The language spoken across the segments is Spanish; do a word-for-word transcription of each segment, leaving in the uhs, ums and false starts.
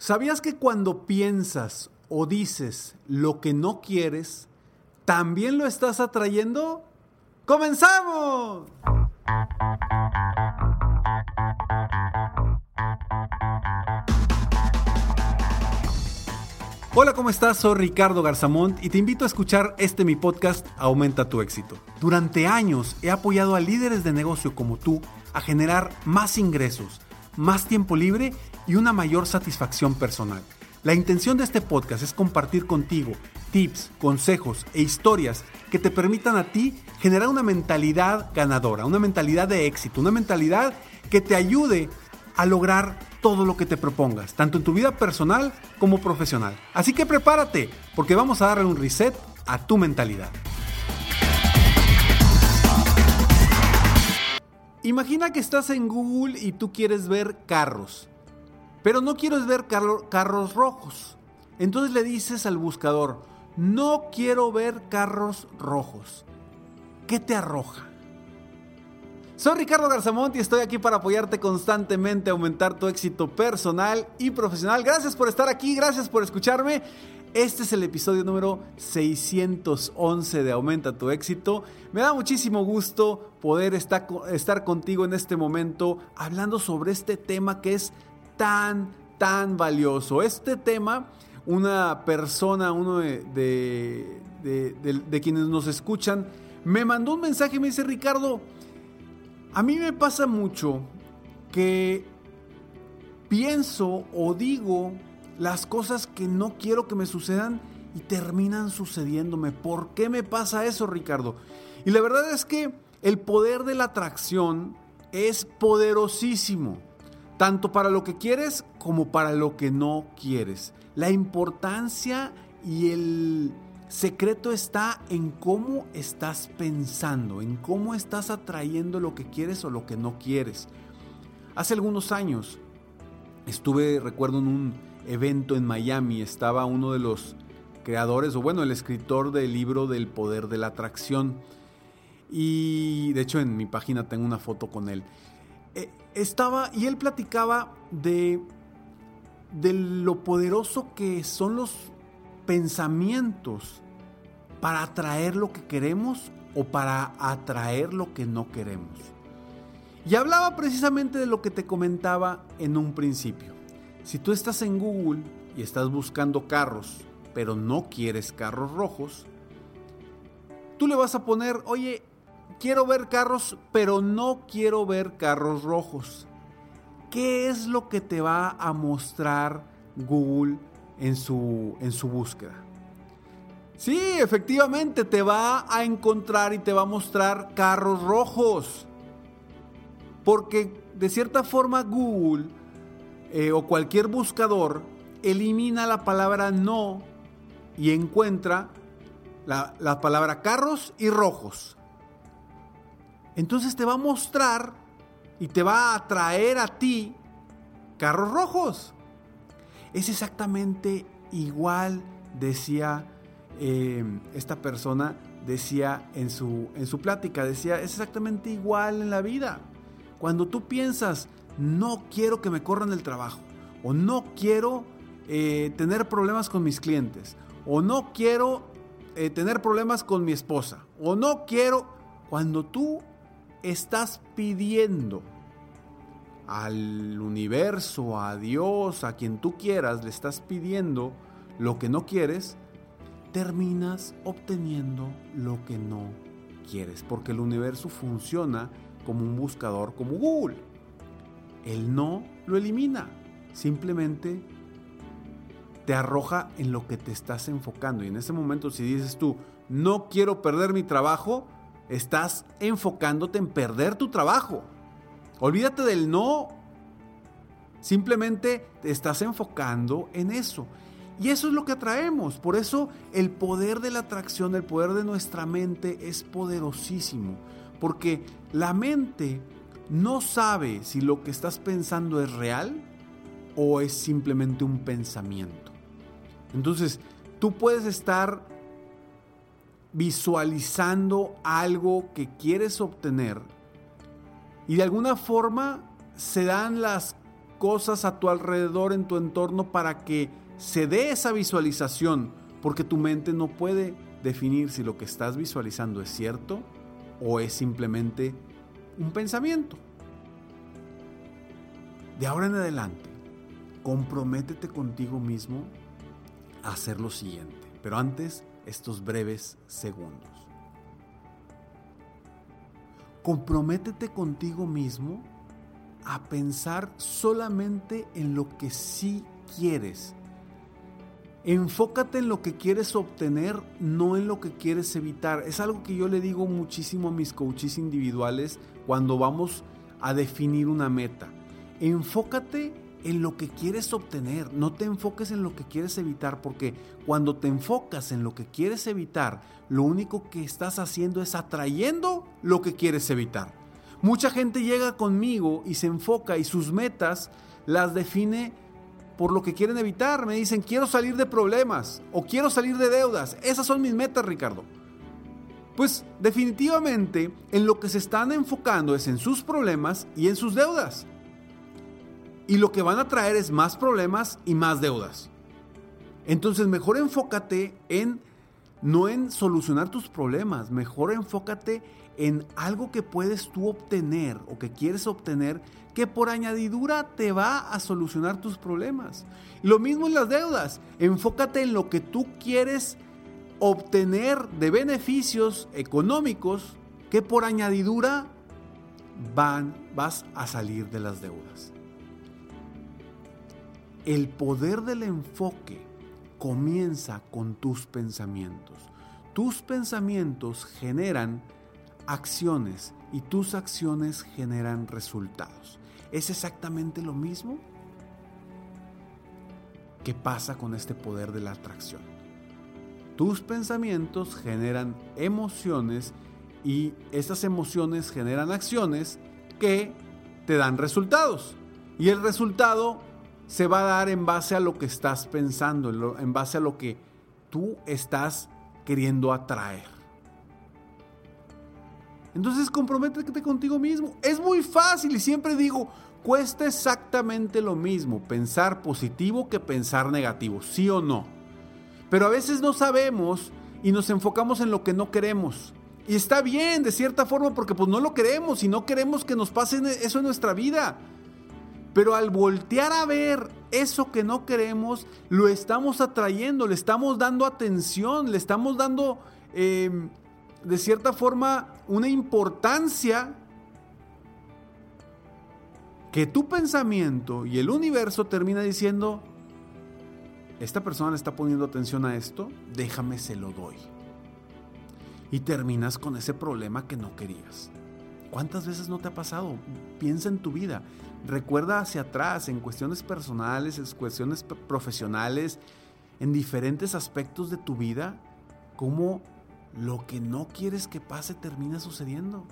¿Sabías que cuando piensas o dices lo que no quieres, también lo estás atrayendo? ¡Comenzamos! Hola, ¿cómo estás? Soy Ricardo Garzamont y te invito a escuchar este mi podcast Aumenta tu éxito. Durante años he apoyado a líderes de negocio como tú a generar más ingresos, más tiempo libre y una mayor satisfacción personal. La intención de este podcast es compartir contigo tips, consejos e historias que te permitan a ti generar una mentalidad ganadora, una mentalidad de éxito, una mentalidad que te ayude a lograr todo lo que te propongas, tanto en tu vida personal como profesional. Así que prepárate, porque vamos a darle un reset a tu mentalidad. Imagina que estás en Google y tú quieres ver carros, pero no quieres ver carro, carros rojos. Entonces le dices al buscador, no quiero ver carros rojos. ¿Qué te arroja? Soy Ricardo Garzamont y estoy aquí para apoyarte constantemente a aumentar tu éxito personal y profesional. Gracias por estar aquí, gracias por escucharme. Este es el episodio número seiscientos once de Aumenta tu éxito. Me da muchísimo gusto poder estar, estar contigo en este momento hablando sobre este tema que es tan, tan valioso. Este tema, una persona, uno de, de, de, de, de quienes nos escuchan, me mandó un mensaje y me dice, Ricardo, a mí me pasa mucho que pienso o digo las cosas que no quiero que me sucedan y terminan sucediéndome. ¿Por qué me pasa eso, Ricardo? Y la verdad es que el poder de la atracción es poderosísimo, tanto para lo que quieres como para lo que no quieres. La importancia y el secreto está en cómo estás pensando, en cómo estás atrayendo lo que quieres o lo que no quieres. Hace algunos años estuve, recuerdo, en un evento en Miami. Estaba uno de los creadores, o bueno, el escritor del libro del poder de la atracción. Y de hecho en mi página tengo una foto con él. Eh, estaba y él platicaba de, de lo poderoso que son los pensamientos para atraer lo que queremos o para atraer lo que no queremos. Y hablaba precisamente de lo que te comentaba en un principio. Si tú estás en Google y estás buscando carros, pero no quieres carros rojos, tú le vas a poner, oye, quiero ver carros, pero no quiero ver carros rojos. ¿Qué es lo que te va a mostrar Google en su, en su búsqueda? Sí, efectivamente te va a encontrar y te va a mostrar carros rojos. Porque de cierta forma Google eh, o cualquier buscador elimina la palabra no y encuentra la, la palabra carros y rojos. Entonces te va a mostrar y te va a atraer a ti carros rojos. Es exactamente igual, decía eh, esta persona, decía en su, en su plática, decía, es exactamente igual en la vida. Cuando tú piensas, no quiero que me corran el trabajo, o no quiero eh, tener problemas con mis clientes, o no quiero eh, tener problemas con mi esposa, o no quiero, cuando tú estás pidiendo al universo, a Dios, a quien tú quieras, le estás pidiendo lo que no quieres, terminas obteniendo lo que no quieres, porque el universo funciona como un buscador, como Google. El no lo elimina, simplemente te arroja en lo que te estás enfocando. Y en ese momento, si dices tú, no quiero perder mi trabajo, estás enfocándote en perder tu trabajo. Olvídate del no. Simplemente te estás enfocando en eso. Y eso es lo que atraemos. Por eso el poder de la atracción, el poder de nuestra mente es poderosísimo. Porque la mente no sabe si lo que estás pensando es real o es simplemente un pensamiento. Entonces, tú puedes estar visualizando algo que quieres obtener y de alguna forma se dan las cosas a tu alrededor, en tu entorno, para que se dé esa visualización, porque tu mente no puede definir si lo que estás visualizando es cierto o es simplemente un pensamiento. De ahora en adelante, comprométete contigo mismo a hacer lo siguiente, pero antes, estos breves segundos. Comprométete contigo mismo a pensar solamente en lo que sí quieres. Enfócate en lo que quieres obtener, no en lo que quieres evitar. Es algo que yo le digo muchísimo a mis coaches individuales cuando vamos a definir una meta. Enfócate en lo que quieres obtener, no te enfoques en lo que quieres evitar, porque cuando te enfocas en lo que quieres evitar, lo único que estás haciendo es atrayendo lo que quieres evitar. Mucha gente llega conmigo y se enfoca y sus metas las define por lo que quieren evitar. Me dicen, quiero salir de problemas o quiero salir de deudas. Esas son mis metas, Ricardo. Pues definitivamente en lo que se están enfocando es en sus problemas y en sus deudas. Y lo que van a traer es más problemas y más deudas. Entonces mejor enfócate en, no en solucionar tus problemas, mejor enfócate en algo que puedes tú obtener o que quieres obtener, que por añadidura te va a solucionar tus problemas. Lo mismo en las deudas, enfócate en lo que tú quieres obtener de beneficios económicos, que por añadidura van, vas a salir de las deudas. El poder del enfoque comienza con tus pensamientos. Tus pensamientos generan acciones y tus acciones generan resultados. Es exactamente lo mismo que pasa con este poder de la atracción. Tus pensamientos generan emociones y estas emociones generan acciones que te dan resultados. Y el resultado se va a dar en base a lo que estás pensando, en base a lo que tú estás queriendo atraer. Entonces comprométete contigo mismo. Es muy fácil y siempre digo, cuesta exactamente lo mismo pensar positivo que pensar negativo, ¿sí o no? Pero a veces no sabemos y nos enfocamos en lo que no queremos. Y está bien de cierta forma porque pues no lo queremos y no queremos que nos pase eso en nuestra vida. Pero al voltear a ver eso que no queremos, lo estamos atrayendo, le estamos dando atención, le estamos dando, eh, de cierta forma, una importancia que tu pensamiento y el universo termina diciendo, esta persona le está poniendo atención a esto, déjame se lo doy. Y terminas con ese problema que no querías. ¿Cuántas veces no te ha pasado? Piensa en tu vida. Recuerda hacia atrás, en cuestiones personales, en cuestiones profesionales, en diferentes aspectos de tu vida, cómo lo que no quieres que pase termina sucediendo.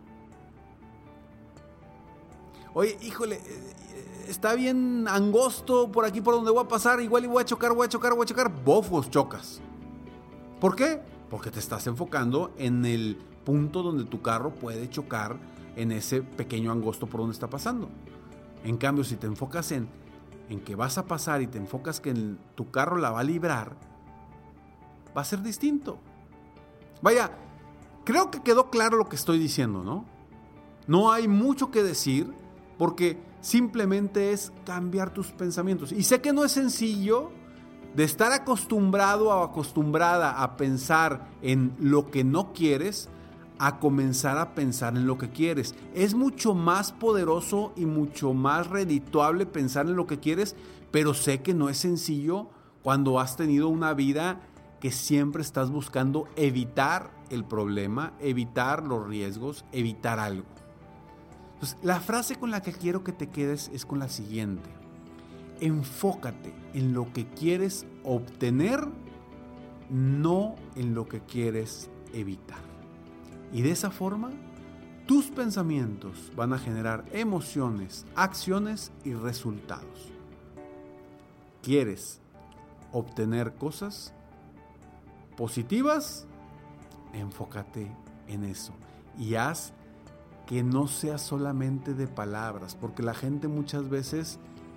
Oye, híjole, está bien angosto por aquí por donde voy a pasar, igual y voy a chocar, voy a chocar, voy a chocar, bofos, chocas. ¿Por qué? Porque te estás enfocando en el punto donde tu carro puede chocar en ese pequeño angosto por donde está pasando. En cambio, si te enfocas en, en que vas a pasar y te enfocas que en, tu carro la va a librar, va a ser distinto. Vaya, creo que quedó claro lo que estoy diciendo, ¿no? No hay mucho que decir porque simplemente es cambiar tus pensamientos. Y sé que no es sencillo de estar acostumbrado o acostumbrada a pensar en lo que no quieres, a comenzar a pensar en lo que quieres. Es mucho más poderoso y mucho más redituable pensar en lo que quieres, pero sé que no es sencillo cuando has tenido una vida que siempre estás buscando evitar el problema, evitar los riesgos, evitar algo. Entonces, la frase con la que quiero que te quedes es con la siguiente. Enfócate en lo que quieres obtener, no en lo que quieres evitar. Y de esa forma, tus pensamientos van a generar emociones, acciones y resultados. ¿Quieres obtener cosas positivas? Enfócate en eso y haz que no sea solamente de palabras, porque la gente muchas veces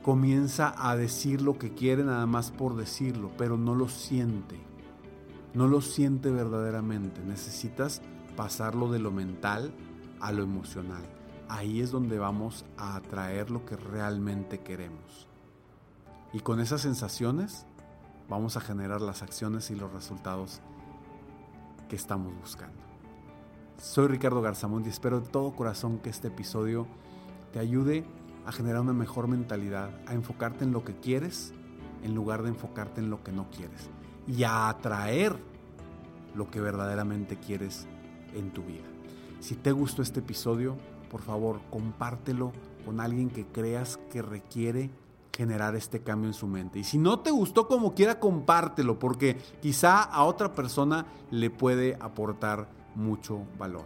comienza a decir lo que quiere nada más por decirlo, pero no lo siente. No lo siente verdaderamente. Necesitas pasarlo de lo mental a lo emocional. Ahí es donde vamos a atraer lo que realmente queremos. Y con esas sensaciones vamos a generar las acciones y los resultados que estamos buscando. Soy Ricardo Garzamont y espero de todo corazón que este episodio te ayude a generar una mejor mentalidad, a enfocarte en lo que quieres en lugar de enfocarte en lo que no quieres y a atraer lo que verdaderamente quieres en tu vida. Si te gustó este episodio, por favor, compártelo con alguien que creas que requiere generar este cambio en su mente. Y si no te gustó, como quiera, compártelo, porque quizá a otra persona le puede aportar mucho valor.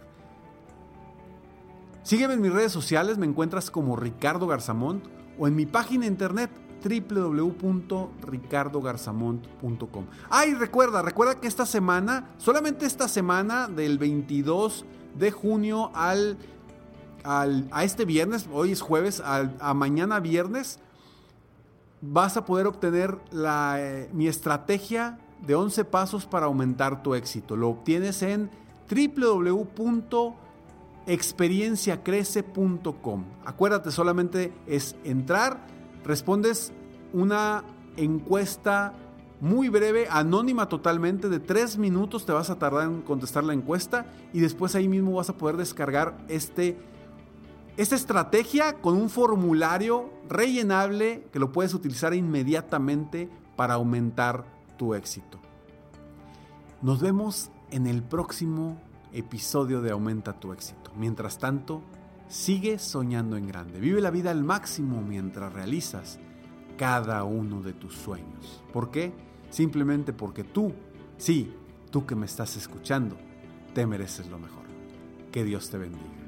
Sígueme en mis redes sociales, me encuentras como Ricardo Garzamont o en mi página de internet doble u doble u doble u punto ricardo garzamont punto com. Ah, y recuerda, recuerda que esta semana, solamente esta semana del veintidós de junio al, al a este viernes, hoy es jueves, al, a mañana viernes, vas a poder obtener la, eh, mi estrategia de once pasos para aumentar tu éxito. Lo obtienes en doble u doble u doble u punto experiencia crece punto com. Acuérdate, solamente es entrar, respondes una encuesta muy breve, anónima totalmente, de tres minutos te vas a tardar en contestar la encuesta y después ahí mismo vas a poder descargar este, esta estrategia con un formulario rellenable que lo puedes utilizar inmediatamente para aumentar tu éxito. Nos vemos en el próximo episodio de Aumenta tu éxito. Mientras tanto, sigue soñando en grande. Vive la vida al máximo mientras realizas cada uno de tus sueños. ¿Por qué? Simplemente porque tú, sí, tú que me estás escuchando, te mereces lo mejor. Que Dios te bendiga.